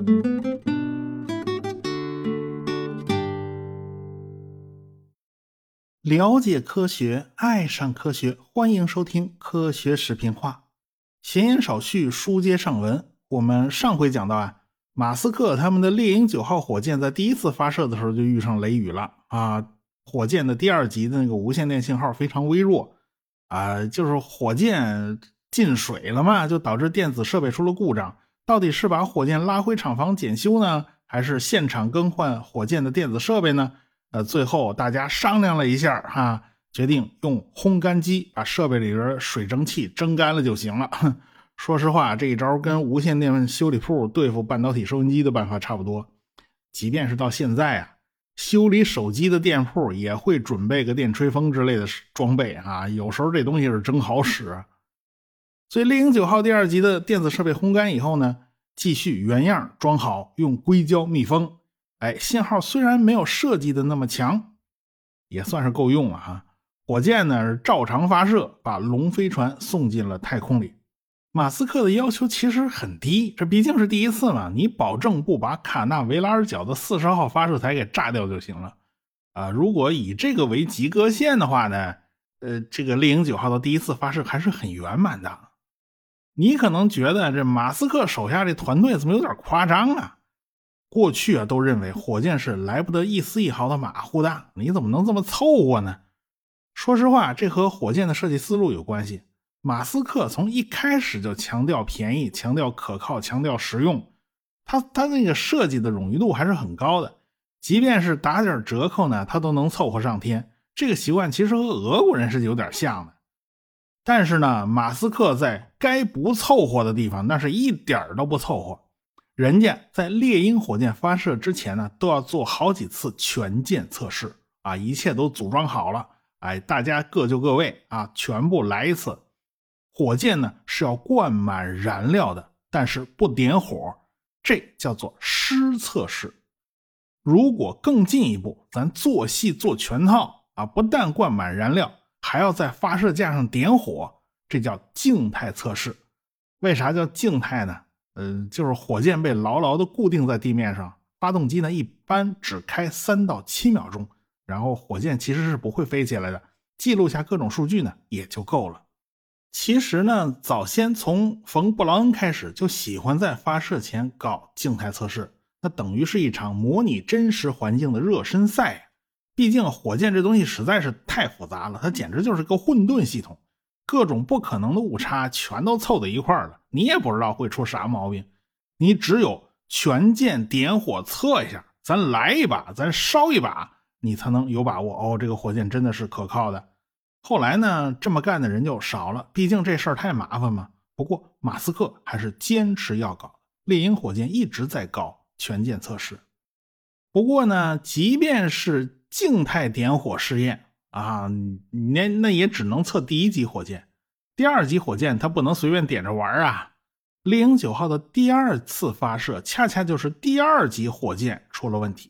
了解科学，爱上科学，欢迎收听科学视频化。闲言少叙，书接上文。我们上回讲到马斯克他们的猎鹰9号火箭在第一次发射的时候就遇上雷雨了火箭的第2级的那个无线电信号非常微弱就是火箭进水了嘛，就导致电子设备出了故障。到底是把火箭拉回厂房检修呢，还是现场更换火箭的电子设备呢？最后大家商量了一下决定用烘干机把设备里边水蒸气蒸干了就行了。说实话，这一招跟无线电修理铺对付半导体收音机的办法差不多。即便是到现在修理手机的店铺也会准备个电吹风之类的装备有时候这东西是真好使。所以猎鹰9号第2级的电子设备烘干以后呢，继续原样装好，用硅胶密封。信号虽然没有设计的那么强，也算是够用了火箭呢是照常发射，把龙飞船送进了太空里。马斯克的要求其实很低，这毕竟是第一次嘛，你保证不把卡纳维拉尔角的40号发射台给炸掉就行了如果以这个为及格线的话呢，这个猎鹰9号的第一次发射还是很圆满的。你可能觉得这马斯克手下这团队怎么有点夸张过去都认为火箭是来不得一丝一毫的马虎的，你怎么能这么凑合呢？说实话，这和火箭的设计思路有关系。马斯克从一开始就强调便宜，强调可靠，强调实用。他那个设计的冗余度还是很高的，即便是打点折扣呢，他都能凑合上天。这个习惯其实和俄国人是有点像的。但是呢，马斯克在该不凑合的地方，那是一点都不凑合。人家在猎鹰火箭发射之前呢，都要做好几次全件测试一切都组装好了，大家各就各位全部来一次。火箭呢是要灌满燃料的，但是不点火，这叫做湿测试。如果更进一步，咱做戏做全套不但灌满燃料，还要在发射架上点火，这叫静态测试。为啥叫静态呢？就是火箭被牢牢的固定在地面上，发动机呢一般只开3到7秒钟，然后火箭其实是不会飞起来的，记录下各种数据呢也就够了。其实呢，早先从冯布劳恩开始就喜欢在发射前搞静态测试，那等于是一场模拟真实环境的热身赛。毕竟火箭这东西实在是太复杂了，它简直就是个混沌系统，各种不可能的误差全都凑在一块了，你也不知道会出啥毛病。你只有全件点火测一下，咱来一把，咱烧一把，你才能有把握这个火箭真的是可靠的。后来呢，这么干的人就少了，毕竟这事儿太麻烦嘛。不过马斯克还是坚持要搞，猎鹰火箭一直在搞全件测试。不过呢，即便是静态点火试验那也只能测第1级火箭，第2级火箭它不能随便点着玩猎鹰9号的第2次发射恰恰就是第2级火箭出了问题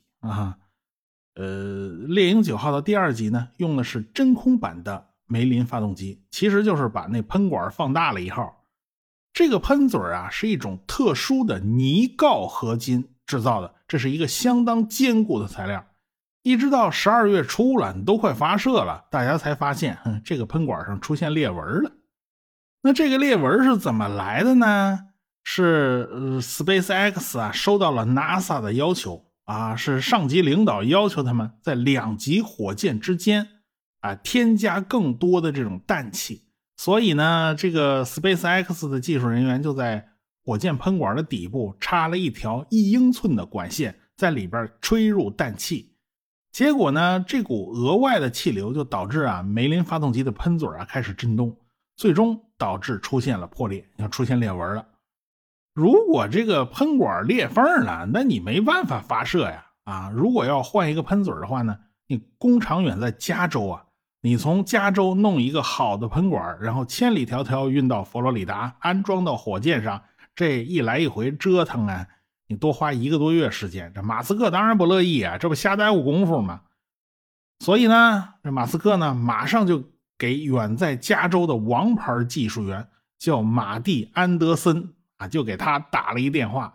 猎鹰9号的第2级呢，用的是真空版的梅林发动机，其实就是把那喷管放大了1号。这个喷嘴是一种特殊的尼锆合金制造的，这是一个相当坚固的材料。一直到12月初了，都快发射了，大家才发现这个喷管上出现裂纹了。那这个裂纹是怎么来的呢？是SpaceX 收到了 NASA 的要求是上级领导要求他们在2级火箭之间添加更多的这种氮气。所以呢，这个 SpaceX 的技术人员就在火箭喷管的底部插了一条1英寸的管线，在里边吹入氮气。结果呢，这股额外的气流就导致梅林发动机的喷嘴开始震动，最终导致出现了破裂，要出现裂纹了。如果这个喷管裂缝了，那你没办法发射如果要换一个喷嘴的话呢，你工厂远在加州你从加州弄一个好的喷管，然后千里迢迢运到佛罗里达安装到火箭上，这一来一回折腾你多花1个多月时间，这马斯克当然不乐意这不瞎耽误功夫吗？所以呢，这马斯克呢马上就给远在加州的王牌技术员叫马蒂安德森就给他打了一电话，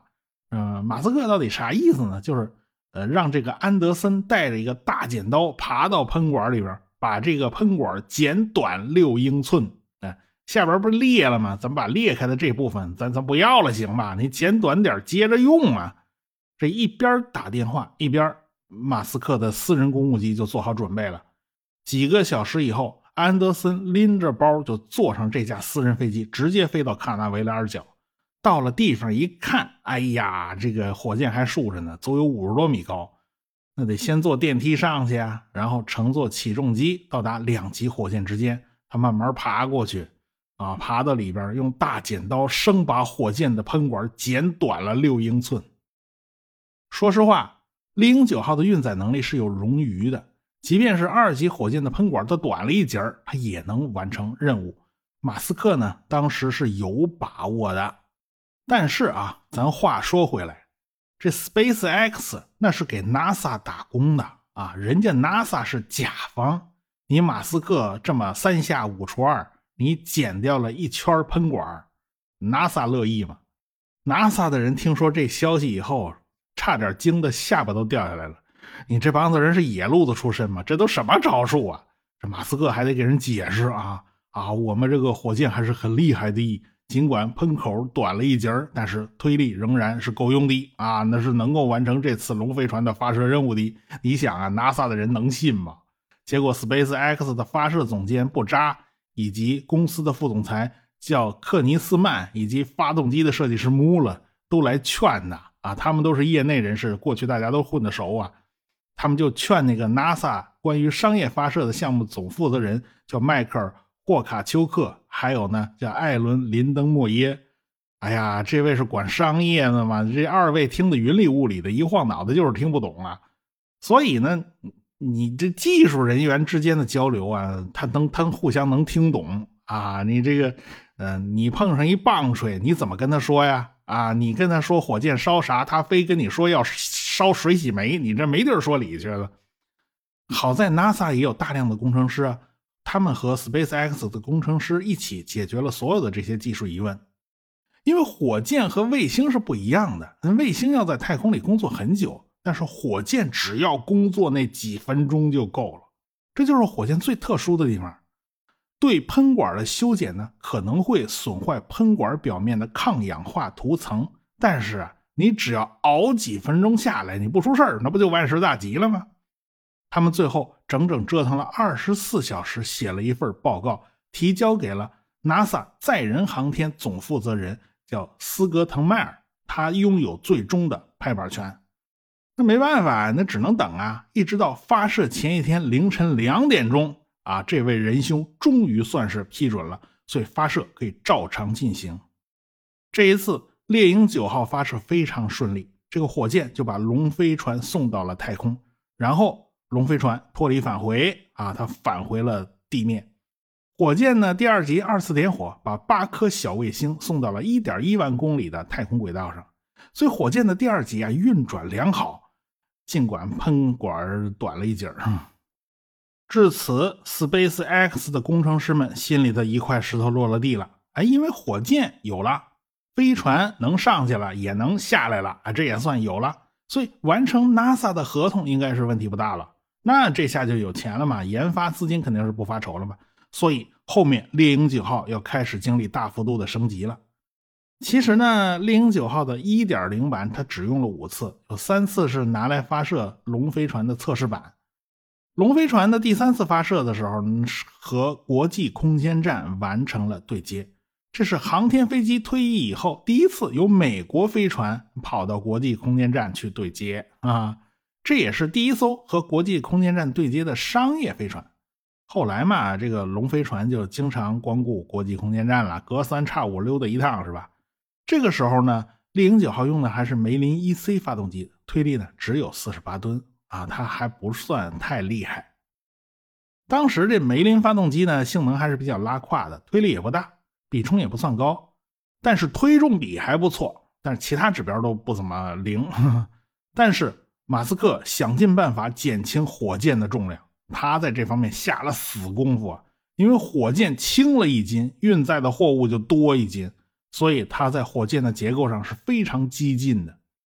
马斯克到底啥意思呢？就是让这个安德森带着一个大剪刀爬到喷管里边，把这个喷管剪短6英寸。下边不是裂了吗？咱们把裂开的这部分咱不要了行吧？你剪短点接着用啊。这一边打电话一边马斯克的私人公务机就做好准备了。几个小时以后，安德森拎着包就坐上这架私人飞机，直接飞到卡纳维拉尔角。到了地方一看，哎呀，这个火箭还竖着呢，足有50多米高。那得先坐电梯上去啊，然后乘坐起重机到达2级火箭之间，他慢慢爬过去啊，爬到里边，用大剪刀生把火箭的喷管剪短了6英寸。说实话，猎鹰9号的运载能力是有冗余的，即便是2级火箭的喷管都短了一截，它也能完成任务。马斯克呢，当时是有把握的。但是啊，咱话说回来，这 SpaceX 那是给 NASA 打工的啊，人家 NASA 是甲方，你马斯克这么3下5除2，你剪掉了一圈喷管 ，NASA 乐意吗？ NASA 的人听说这消息以后，差点惊得下巴都掉下来了。你这帮子人是野路子出身吗？这都什么招数啊？这马斯克还得给人解释啊，我们这个火箭还是很厉害的，尽管喷口短了一截，但是推力仍然是够用的啊，那是能够完成这次龙飞船的发射任务的。你想啊 ，NASA 的人能信吗？结果 SpaceX 的发射总监布扎以及公司的副总裁叫克尼斯曼以及发动机的设计师穆勒都来劝呐啊，他们都是业内人士，过去大家都混得熟啊。他们就劝那个 NASA 关于商业发射的项目总负责人叫迈克尔霍卡丘克，还有呢叫艾伦林登莫耶。哎呀，这位是管商业的嘛，这2位听得云里雾里的，一晃脑袋就是听不懂啊。所以呢，你这技术人员之间的交流啊，他互相能听懂啊。你这个你碰上一棒槌，你怎么跟他说呀？啊，你跟他说火箭烧啥，他非跟你说要烧水洗煤，你这没地儿说理去了。好在 NASA 也有大量的工程师啊，他们和 SpaceX 的工程师一起解决了所有的这些技术疑问。因为火箭和卫星是不一样的，卫星要在太空里工作很久，但是火箭只要工作那几分钟就够了。这就是火箭最特殊的地方。对喷管的修剪呢，可能会损坏喷管表面的抗氧化涂层，但是你只要熬几分钟下来，你不出事儿，那不就万事大吉了吗？他们最后整整折腾了24小时，写了一份报告，提交给了 NASA 载人航天总负责人叫斯格滕迈尔，他拥有最终的拍板权。那没办法，那只能等啊，一直到发射前一天凌晨2点钟啊，这位仁兄终于算是批准了，所以发射可以照常进行。这一次猎鹰9号发射非常顺利，这个火箭就把龙飞船送到了太空，然后龙飞船脱离返回啊，它返回了地面。火箭呢，第2级2次点火，把8颗小卫星送到了 1.1 万公里的太空轨道上。所以火箭的第2级啊，运转良好，尽管喷管短了一截。至此 SpaceX 的工程师们心里的一块石头落了地了。因为火箭有了，飞船能上去了，也能下来了，这也算有了，所以完成 NASA 的合同应该是问题不大了。那这下就有钱了嘛，研发资金肯定是不发愁了嘛。所以后面猎鹰9号要开始经历大幅度的升级了。其实呢，猎鹰9号的 1.0 版它只用了5次，有3次是拿来发射龙飞船的测试版。龙飞船的第3次发射的时候，和国际空间站完成了对接。这是航天飞机退役以后第一次由美国飞船跑到国际空间站去对接啊，这也是第一艘和国际空间站对接的商业飞船。后来嘛，这个龙飞船就经常光顾国际空间站了，隔3差5溜达一趟是吧？这个时候呢，猎鹰9号用的还是梅林 1C 发动机，推力呢只有48吨啊，它还不算太厉害。当时这梅林发动机呢，性能还是比较拉胯的，推力也不大，比冲也不算高，但是推重比还不错，但是其他指标都不怎么灵。但是马斯克想尽办法减轻火箭的重量，他在这方面下了死功夫啊，因为火箭轻了1斤，运载的货物就多1斤，所以他在火箭的结构上是非常激进的。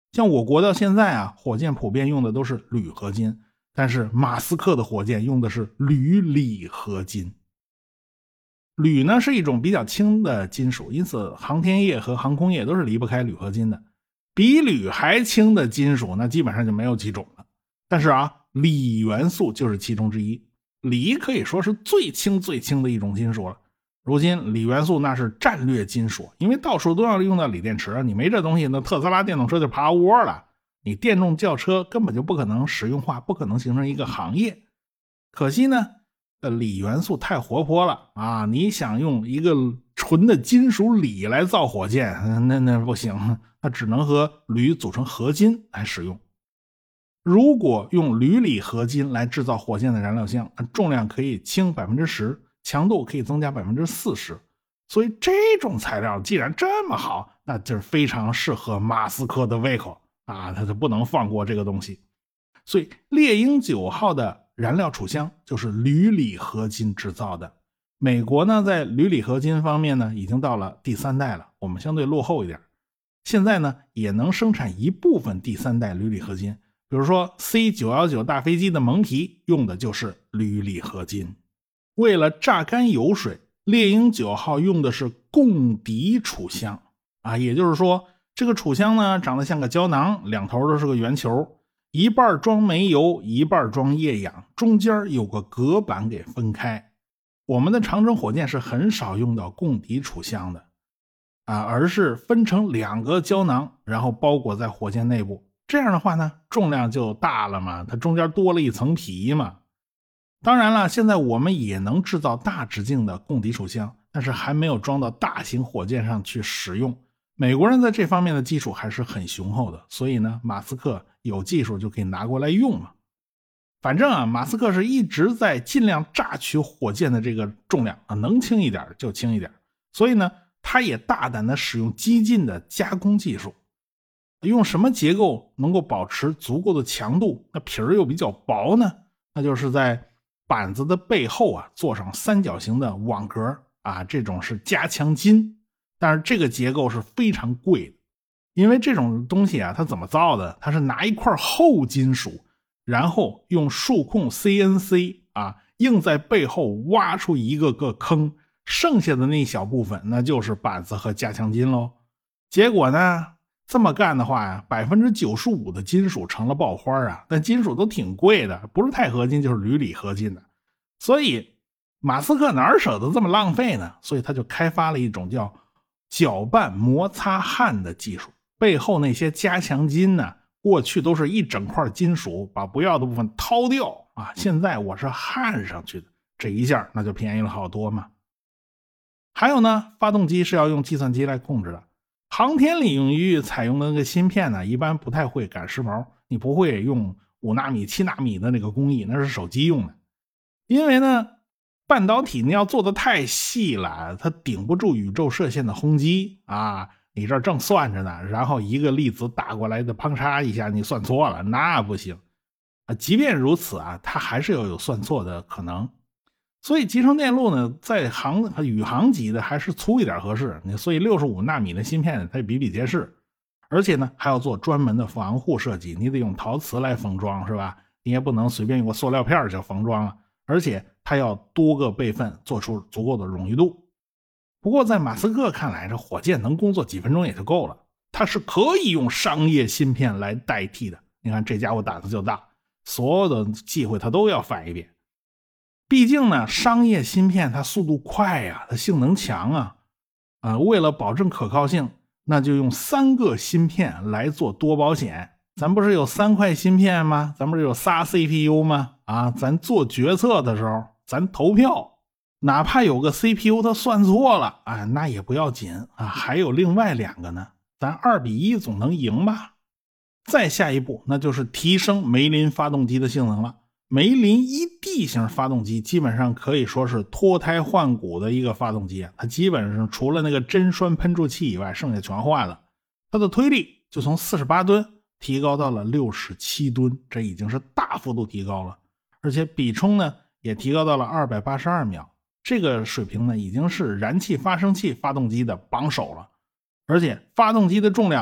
像我国到现在啊，火箭普遍用的都是铝合金，但是马斯克的火箭用的是铝锂合金。铝呢是一种比较轻的金属，因此航天业和航空业都是离不开铝合金的。比铝还轻的金属那基本上就没有几种了。但是啊，锂元素就是其中之一。锂可以说是最轻最轻的一种金属了。如今锂元素那是战略金属，因为到处都要用到锂电池，你没这东西那特斯拉电动车就趴窝了。你电动轿车根本就不可能实用化，不可能形成一个行业。可惜呢，锂元素太活泼了啊！你想用一个纯的金属锂来造火箭，那不行，它只能和铝组成合金来使用。如果用铝锂合金来制造火箭的燃料箱，重量可以轻 10%， 强度可以增加 40%。所以这种材料既然这么好，那就是非常适合马斯克的胃口啊，他就不能放过这个东西。所以猎鹰9号的燃料储箱就是铝锂合金制造的。美国呢，在铝锂合金方面呢，已经到了第3代了，我们相对落后一点。现在呢，也能生产一部分第3代铝锂合金，比如说 C919 大飞机的蒙皮用的就是铝锂合金。为了榨干油水，猎鹰9号用的是共底储箱啊，也就是说，这个储箱呢长得像个胶囊，两头都是个圆球，一半装煤油，一半装液氧，中间有个隔板给分开。我们的长征火箭是很少用到共底储箱的啊，而是分成2个胶囊，然后包裹在火箭内部。这样的话呢，重量就大了嘛，它中间多了一层皮嘛。当然了，现在我们也能制造大直径的共底储箱，但是还没有装到大型火箭上去使用。美国人在这方面的技术还是很雄厚的，所以呢，马斯克有技术就可以拿过来用嘛。反正啊，马斯克是一直在尽量榨取火箭的这个重量啊，能轻一点就轻一点。所以呢，他也大胆的使用激进的加工技术。用什么结构能够保持足够的强度，那皮儿又比较薄呢？那就是在板子的背后啊，做上三角形的网格啊，这种是加强筋。但是这个结构是非常贵的，因为这种东西啊，它怎么造的？它是拿一块厚金属，然后用数控 CNC 啊，硬在背后挖出一个个坑，剩下的那小部分那就是板子和加强筋喽。结果呢，这么干的话呀，95%的金属成了爆花啊！但金属都挺贵的，不是钛合金就是铝锂合金的，所以马斯克哪舍得这么浪费呢？所以他就开发了一种叫搅拌摩擦焊的技术。背后那些加强筋呢，过去都是一整块金属，把不要的部分掏掉啊，现在我是焊上去的，这一下那就便宜了好多嘛。还有呢，发动机是要用计算机来控制的。航天领域采用的那个芯片呢，一般不太会赶时髦，你不会用5纳米、7纳米的那个工艺，那是手机用的。因为呢，半导体你要做的太细了，它顶不住宇宙射线的轰击啊！你这正算着呢，然后一个粒子打过来的，砰嚓一下，你算错了，那不行啊！即便如此啊，它还是要有算错的可能。所以集成电路呢，在宇航级的还是粗一点合适，所以65纳米的芯片它也比比皆是。而且呢，还要做专门的防护设计，你得用陶瓷来封装，是吧？你也不能随便用个塑料片就封装了。而且它要多个备份，做出足够的冗余度。不过在马斯克看来，这火箭能工作几分钟也就够了，它是可以用商业芯片来代替的。你看这家伙胆子就大，所有的忌讳他都要犯一遍。毕竟呢，商业芯片它速度快呀，它性能强啊，为了保证可靠性，那就用3个芯片来做多保险。咱不是有3块芯片吗？咱不是有仨 CPU 吗？啊，咱做决策的时候，咱投票，哪怕有个 CPU 它算错了，啊，那也不要紧啊，还有另外2个呢，咱2-1总能赢吧？再下一步，那就是提升梅林发动机的性能了。梅林1D 型发动机基本上可以说是脱胎换骨的一个发动机啊，它基本上除了那个真栓喷注器以外，剩下全换了。它的推力就从48吨提高到了67吨，这已经是大幅度提高了。而且比冲呢也提高到了282秒，这个水平呢已经是燃气发生器发动机的榜首了。而且发动机的重量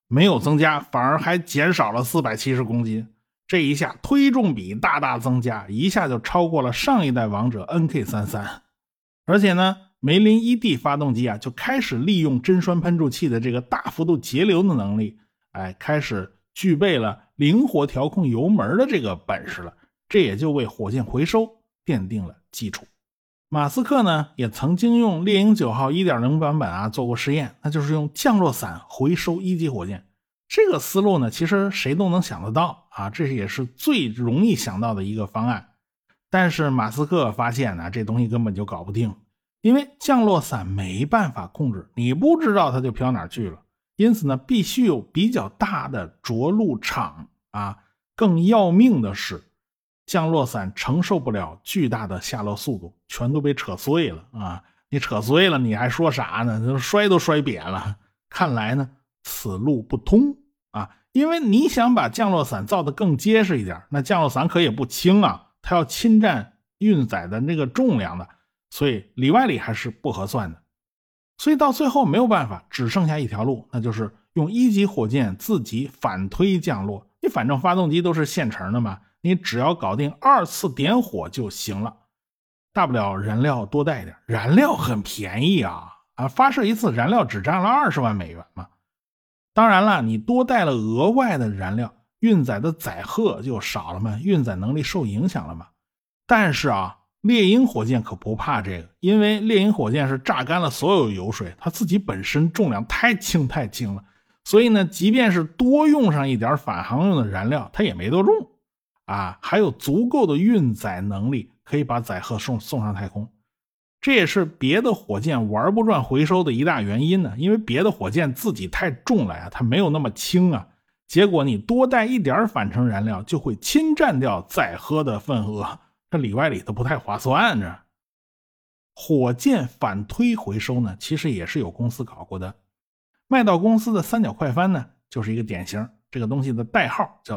没有增加，反而还减少了470公斤。这一下推重比大大增加，一下就超过了上一代王者 NK33。而且呢，梅林 1D 发动机就开始利用真栓喷注器的这个大幅度节流的能力，开始具备了灵活调控油门的这个本事了，这也就为火箭回收奠定了基础。马斯克呢也曾经用猎鹰9号 1.0 版本做过实验，那就是用降落伞回收一级火箭。这个思路呢其实谁都能想得到这也是最容易想到的一个方案。但是马斯克发现这东西根本就搞不定，因为降落伞没办法控制，你不知道它就飘哪去了。因此呢必须有比较大的着陆场更要命的是降落伞承受不了巨大的下落速度，全都被扯碎了你扯碎了你还说啥呢？摔都摔扁了。看来呢此路不通因为你想把降落伞造得更结实一点，那降落伞可也不轻它要侵占运载的那个重量的，所以里外里还是不合算的。所以到最后没有办法，只剩下一条路，那就是用一级火箭自己反推降落。你反正发动机都是现成的嘛，你只要搞定2次点火就行了，大不了燃料多带一点，燃料很便宜发射一次燃料只占了20万美元嘛。当然了，你多带了额外的燃料，运载的载荷就少了嘛，运载能力受影响了嘛。但是猎鹰火箭可不怕这个，因为猎鹰火箭是榨干了所有油水，它自己本身重量太轻了，所以呢即便是多用上一点返航用的燃料，它也没多重还有足够的运载能力可以把载荷送上太空。这也是别的火箭玩不转回收的一大原因呢，因为别的火箭自己太重了它没有那么轻结果你多带一点返程燃料就会侵占掉载荷的份额，这里外里都不太划算着。火箭反推回收呢其实也是有公司搞过的，麦道公司的三角快帆呢就是一个典型，这个东西的代号叫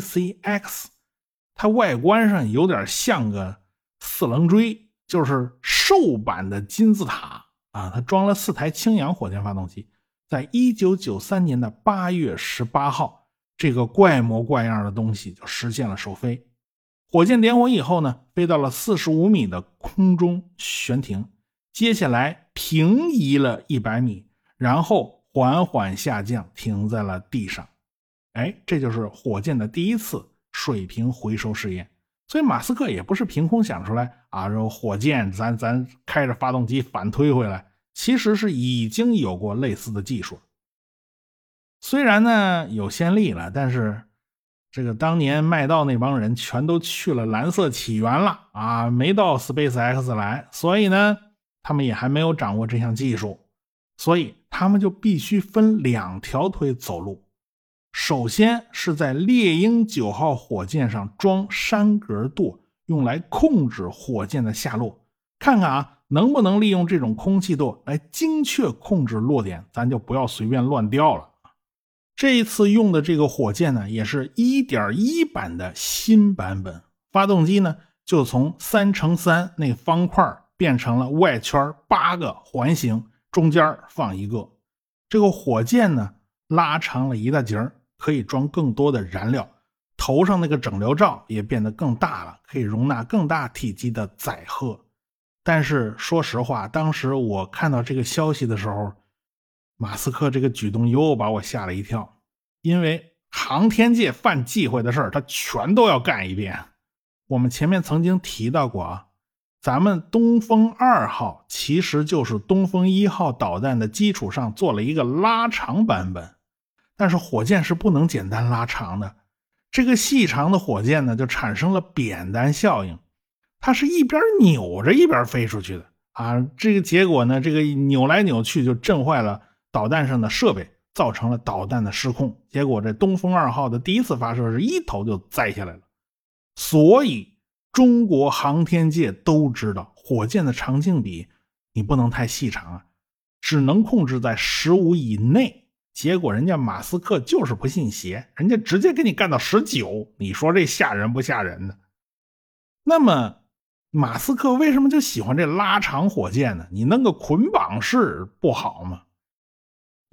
DCX， 它外观上有点像个四棱锥，就是瘦版的金字塔它装了4台氢氧火箭发动机，在1993年的8月18号，这个怪模怪样的东西就实现了首飞。火箭点火以后呢，飞到了45米的空中悬停，接下来平移了100米，然后缓缓下降，停在了地上。这就是火箭的第一次水平回收试验。所以马斯克也不是凭空想出来说火箭咱开着发动机反推回来，其实是已经有过类似的技术。虽然呢有先例了，但是这个当年麦道那帮人全都去了蓝色起源了没到 SpaceX 来，所以呢他们也还没有掌握这项技术，所以他们就必须分2条腿走路。首先是在猎鹰9号火箭上装山格舵，用来控制火箭的下落，看看能不能利用这种空气舵来精确控制落点，咱就不要随便乱掉了。这一次用的这个火箭呢也是 1.1 版的新版本，发动机呢就从 3×3 那方块变成了外圈8个环形，中间放1个。这个火箭呢拉长了一大截，可以装更多的燃料，头上那个整流罩也变得更大了，可以容纳更大体积的载荷。但是说实话，当时我看到这个消息的时候，马斯克这个举动又把我吓了一跳，因为航天界犯忌讳的事儿他全都要干一遍。我们前面曾经提到过咱们东风2号其实就是东风1号导弹的基础上做了一个拉长版本，但是火箭是不能简单拉长的，这个细长的火箭呢就产生了扁担效应，它是一边扭着一边飞出去的这个结果呢，这个扭来扭去就震坏了导弹上的设备，造成了导弹的失控，结果这东风2号的第一次发射是一头就栽下来了。所以中国航天界都知道，火箭的长径比你不能太细长只能控制在15以内，结果人家马斯克就是不信邪，人家直接给你干到19，你说这吓人不吓人呢？那么马斯克为什么就喜欢这拉长火箭呢？你弄个捆绑式不好吗？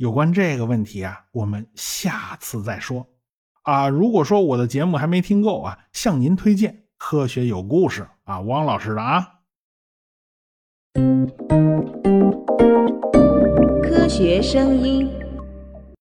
有关这个问题啊，我们下次再说。如果说我的节目还没听够啊，向您推荐《科学有故事》汪老师的科学声音。